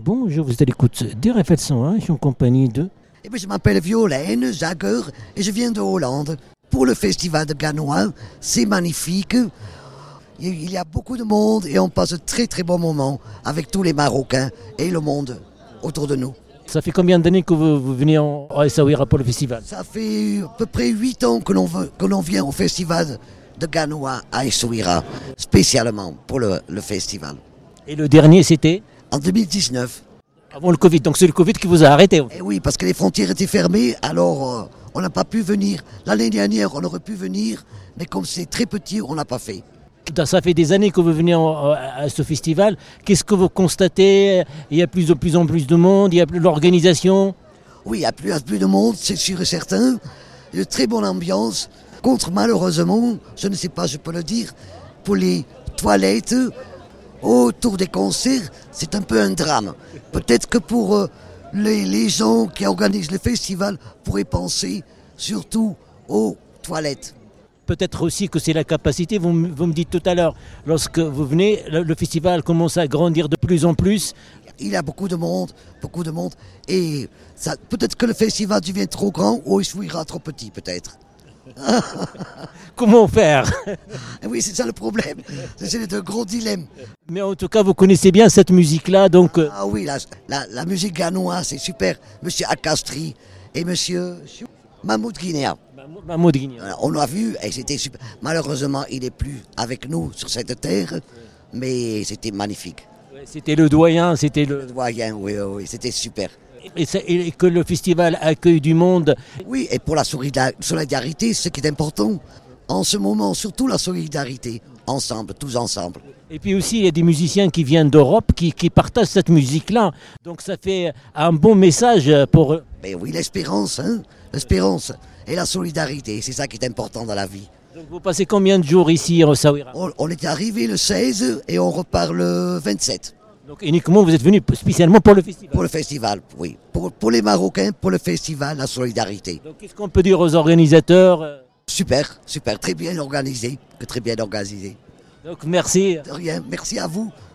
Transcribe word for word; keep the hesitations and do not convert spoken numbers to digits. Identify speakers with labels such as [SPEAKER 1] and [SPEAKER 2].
[SPEAKER 1] Bon, je vous êtes à l'écoute des R F L cent un, je suis en compagnie de...
[SPEAKER 2] Eh bien, je m'appelle Violaine Jagger et je viens de Hollande. Pour le festival de Ganois, c'est magnifique. Il y a beaucoup de monde et on passe de très très bons moments avec tous les Marocains et le monde autour de nous.
[SPEAKER 1] Ça fait combien d'années que vous, vous venez en, à Essaouira pour le festival?
[SPEAKER 2] Ça fait à peu près huit ans que l'on, veut, que l'on vient au festival de Ganois à Essaouira, spécialement pour le, le festival.
[SPEAKER 1] Et le dernier, c'était
[SPEAKER 2] en deux mille dix-neuf.
[SPEAKER 1] Avant le Covid, donc c'est le Covid qui vous a arrêté.
[SPEAKER 2] Eh oui, parce que les frontières étaient fermées, alors euh, on n'a pas pu venir. L'année dernière, on aurait pu venir, mais comme c'est très petit, on n'a pas fait.
[SPEAKER 1] Ça fait des années que vous venez en, à ce festival. Qu'est-ce que vous constatez? Il y a plus de plus en plus de monde, il y a plus d'organisation.
[SPEAKER 2] Oui, il y a plus, plus de monde, c'est sûr et certain. Il y a une très bonne ambiance. Contre, malheureusement, je ne sais pas, je peux le dire, pour les toilettes autour des concerts, c'est un peu un drame. Peut-être que pour euh, les, les gens qui organisent le festival pourraient penser surtout aux toilettes.
[SPEAKER 1] Peut-être aussi que c'est la capacité, vous, vous me dites tout à l'heure, lorsque vous venez, le, le festival commence à grandir de plus en plus.
[SPEAKER 2] Il y a beaucoup de monde, beaucoup de monde, et ça, peut-être que le festival devient trop grand ou il sera trop petit peut-être.
[SPEAKER 1] Comment faire?
[SPEAKER 2] Oui, c'est ça le problème, c'est un gros dilemme.
[SPEAKER 1] Mais en tout cas, vous connaissez bien cette musique-là, donc...
[SPEAKER 2] Ah oui, la, la, la musique ganoise, c'est super. Monsieur Akastri et monsieur Mahmoud Guinea.
[SPEAKER 1] Mahmoud Guinea.
[SPEAKER 2] On l'a vu et c'était super. Malheureusement, il n'est plus avec nous sur cette terre, mais c'était magnifique.
[SPEAKER 1] Ouais, c'était le doyen, c'était le...
[SPEAKER 2] Le doyen, oui, oui, oui, c'était super.
[SPEAKER 1] Et, ça, et que le festival accueille du monde.
[SPEAKER 2] Oui, et pour la solidarité, ce qui est important, en ce moment, surtout la solidarité, ensemble, tous ensemble.
[SPEAKER 1] Et puis aussi, il y a des musiciens qui viennent d'Europe qui, qui partagent cette musique-là. Donc ça fait un bon message pour eux.
[SPEAKER 2] Mais oui, l'espérance, hein, l'espérance et la solidarité, c'est ça qui est important dans la vie.
[SPEAKER 1] Donc vous passez combien de jours ici en Essaouira?
[SPEAKER 2] on, on est arrivé le seize et on repart le vingt-sept.
[SPEAKER 1] Donc uniquement, vous êtes venu spécialement pour le festival?
[SPEAKER 2] Pour le festival, oui. Pour, pour les Marocains, pour le festival, la solidarité.
[SPEAKER 1] Donc qu'est-ce qu'on peut dire aux organisateurs?
[SPEAKER 2] Super, super, très bien organisé, très bien organisé.
[SPEAKER 1] Donc merci.
[SPEAKER 2] De rien, merci à vous.